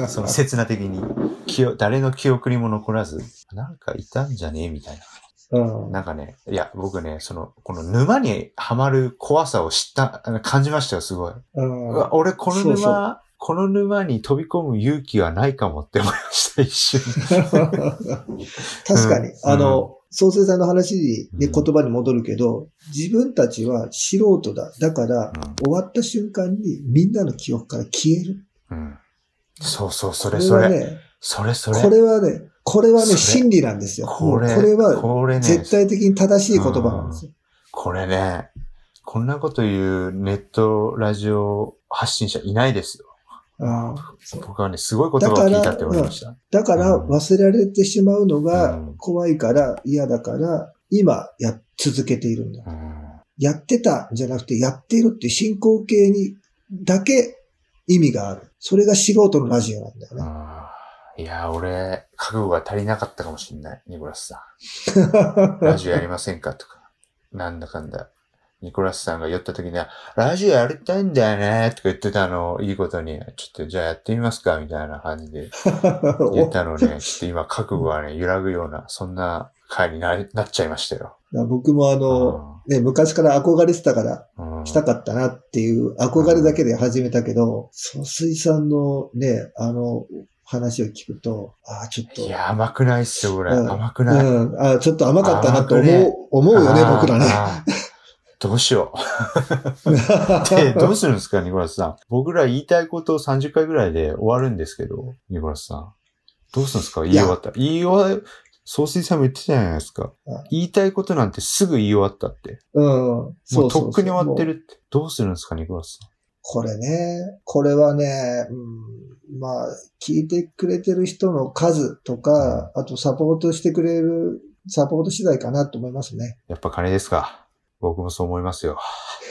その刹那的に記憶、誰の記憶にも残らず、なんかいたんじゃねえみたいな。うん、なんかね、いや、僕ね、その、この沼にはまる怖さを知った、感じましたよ、すごい。うん、うわ俺、この沼、そうそうこの沼に飛び込む勇気はないかもって思いました、一瞬。 確かに、うん、あの、総帥さんの話で言葉に戻るけど、うん、自分たちは素人だ。だから、うん、終わった瞬間にみんなの記憶から消える。 うん、そうそう、それそれ。これはね、それそれ。 これはね、これはね、真理なんですよ。これ、これは、絶対的に正しい言葉なんですよ。 うん、これね、こんなこと言うネットラジオ発信者いないですよ。ああ僕はね、すごい言葉を聞いたって思いました。 だから、忘れられてしまうのが怖いから嫌だから、今や、続けているんだ。うん、やってたんじゃなくて、やっているっていう進行形にだけ意味がある。それが素人のラジオなんだよね。 いや、俺、覚悟が足りなかったかもしれない、ニコラスさん。ラジオやりませんかとか。なんだかんだ。ニコラスさんが寄った時には、ラジオやりたいんだよねとか言ってたのをいいことに、ちょっとじゃあやってみますかみたいな感じで言ったのをね、ちょっと今覚悟がね、揺らぐような、そんな回に な, なっちゃいましたよ。 僕もあの、ね、昔から憧れてたから、したかったなっていう憧れだけで始めたけど、総帥さんのね、あの、話を聞くと、ああ、ちょっと。 いや、甘くないっすよ、これ。うん、甘くない。 うん。あちょっと甘かったなと思う、ね、思うよね、僕らね。 どうしよう。で、どうするんですか、ニコラスさん。僕ら言いたいことをさんじゅっかいぐらいで終わるんですけど、ニコラスさん。どうするんですか言い終わった。言い終わ、総帥さんも言ってたじゃないですか。言いたいことなんてすぐ言い終わったって。うん。もうとっくに終わってるって。どうするんですか、ニコラスさん。 これね、これはね、うん、まあ、聞いてくれてる人の数とか、あとサポートしてくれる、サポート次第かなと思いますね。 やっぱ金ですか。僕もそう思いますよ。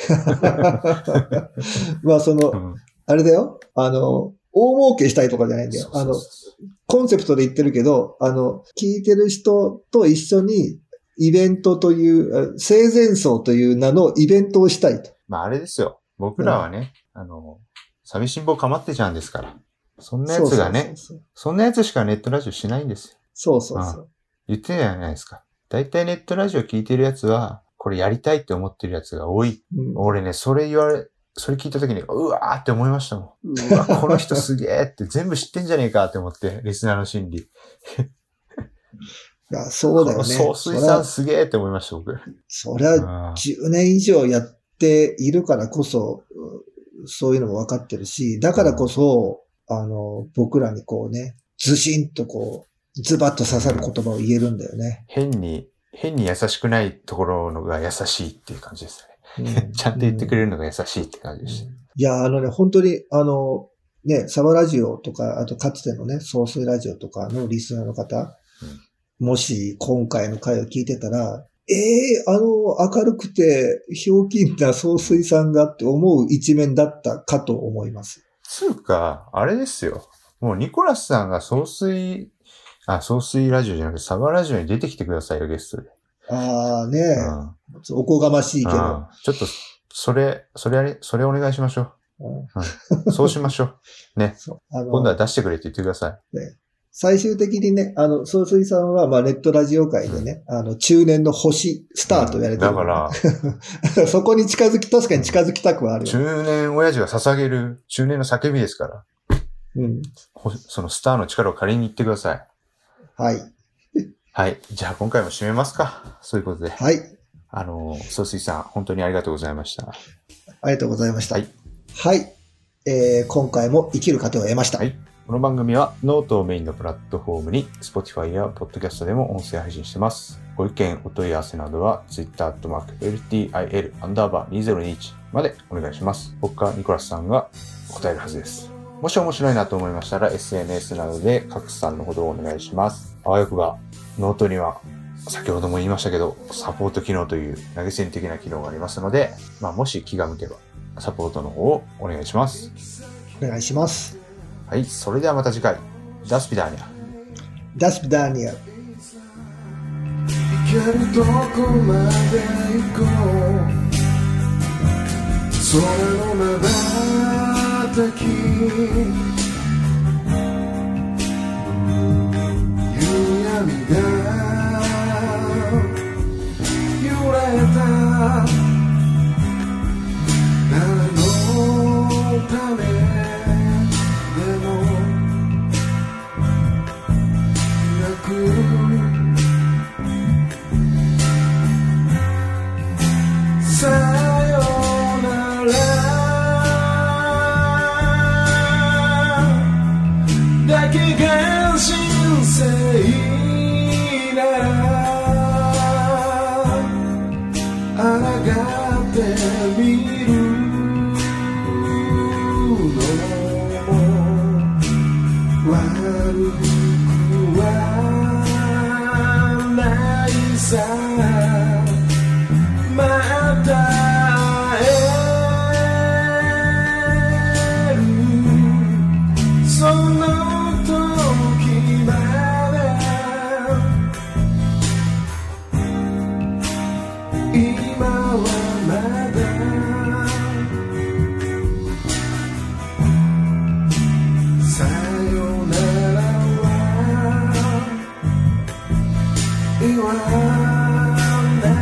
まあ、その、うん、あれだよ。あの、大儲けしたいとかじゃないんだよ。そうそうそうあの、コンセプトで言ってるけど、あの、聞いてる人と一緒にイベントという、生前葬という名のイベントをしたいと。 まあ、あれですよ。僕らはね、うん、あの、寂しんぼかまってちゃうんですから。そんなやつがね、そうそうそうそう、そんなやつしかネットラジオしないんですよ。 そうそうそう。うん、 言ってたじゃないですか。だいたいネットラジオ聞いてるやつは、これやりたいって思ってるやつが多い。うん、俺ね、それ言われ、それ聞いたときに、うわーって思いましたもん。うわ、この人すげーって全部知ってんじゃねえかって思って、リスナーの心理。いや、そうだよね。 総帥さんすげーって思いました、僕。 そりゃ、じゅうねん以上やっているからこそ、そういうのも分かってるし、だからこそ、あの、僕らにこうね、ずしんとこう、ズバッと刺さる言葉を言えるんだよね。 変に、変に優しくないところのが優しいっていう感じですよね。うん、ちゃんと言ってくれるのが優しいって感じでした。うん、いや、あのね、本当に、あの、ね、サバラジオとか、あとかつてのね、総帥ラジオとかのリスナーの方、うん、もし今回の回を聞いてたら、ええー、あの、明るくて、ひょうきんな総帥さんがって思う一面だったかと思います。 つうか、あれですよ。もうニコラスさんが総帥、あ、総帥ラジオじゃなくてサバラジオに出てきてくださいよ、ゲストで。 ああね、うん、おこがましいけど。 ちょっと、それ、それあれ、それお願いしましょう。うんうん、そうしましょう。ね。あの今度は出してくれって言ってください。ね、 最終的にね、あの、総帥さんは、まあ、ネットラジオ界でね、うん、あの、中年の星、スターと言われてる、うん。だから、そこに近づき、確かに近づきたくはあるよ。 中年親父が捧げる中年の叫びですから。うん。そのスターの力を借りに行ってください。 はい。 はい。じゃあ今回も締めますか。そういうことで。 はい。 あの、総帥さん、本当にありがとうございました。 ありがとうございました。はい。はい。えー、今回も生きる糧を得ました。 はい。この番組はノートをメインのプラットフォームに Spotify や Podcast でも音声配信してます。ご意見、お問い合わせなどは Twitter アットマーク エルティーアイエル アンダーバーにせんにじゅういちまでお願いします。僕かニコラスさんが答えるはずです。もし面白いなと思いましたら エスエヌエス などで拡散のほどをお願いします。あわよくばノートには先ほども言いましたけど、サポート機能という投げ銭的な機能がありますので、まあ、もし気が向けば、サポートの方をお願いします。 お願いします。 はい、それではまた次回。ダスピダーニャ。 ダスピダーニャ。 行けるどこまで行こう。空のまばたき。夕闇が揺れた。誰のためでもなくさよならだけが人生なら抗ってみるのも悪くはないさ。また会えるその時まで今はまださよならは言わない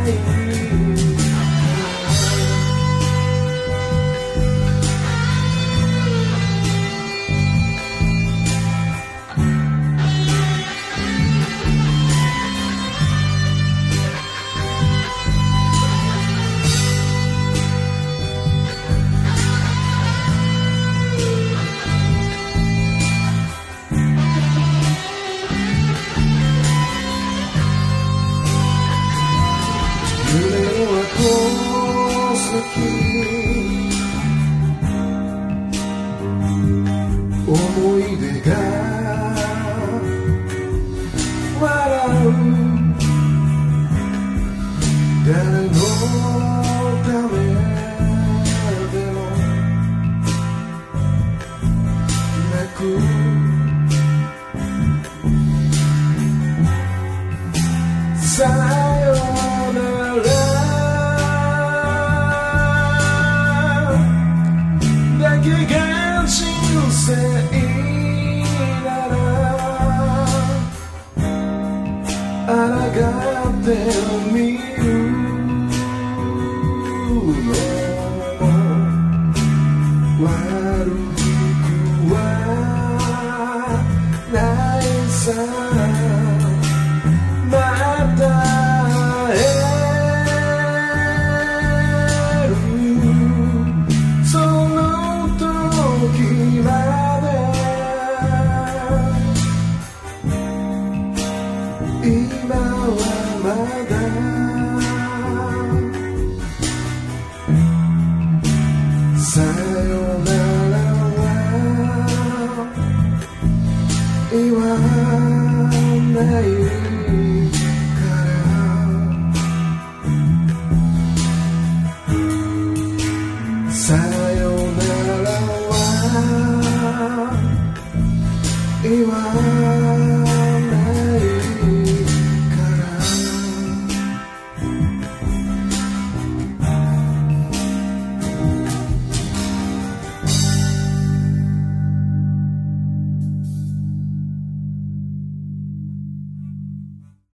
思い出が笑う誰のためでもなくさよならだけが人生なら抗ってみるの悪くはないさ。また会えるその時まで今はまださよならは言わないさよならは言わ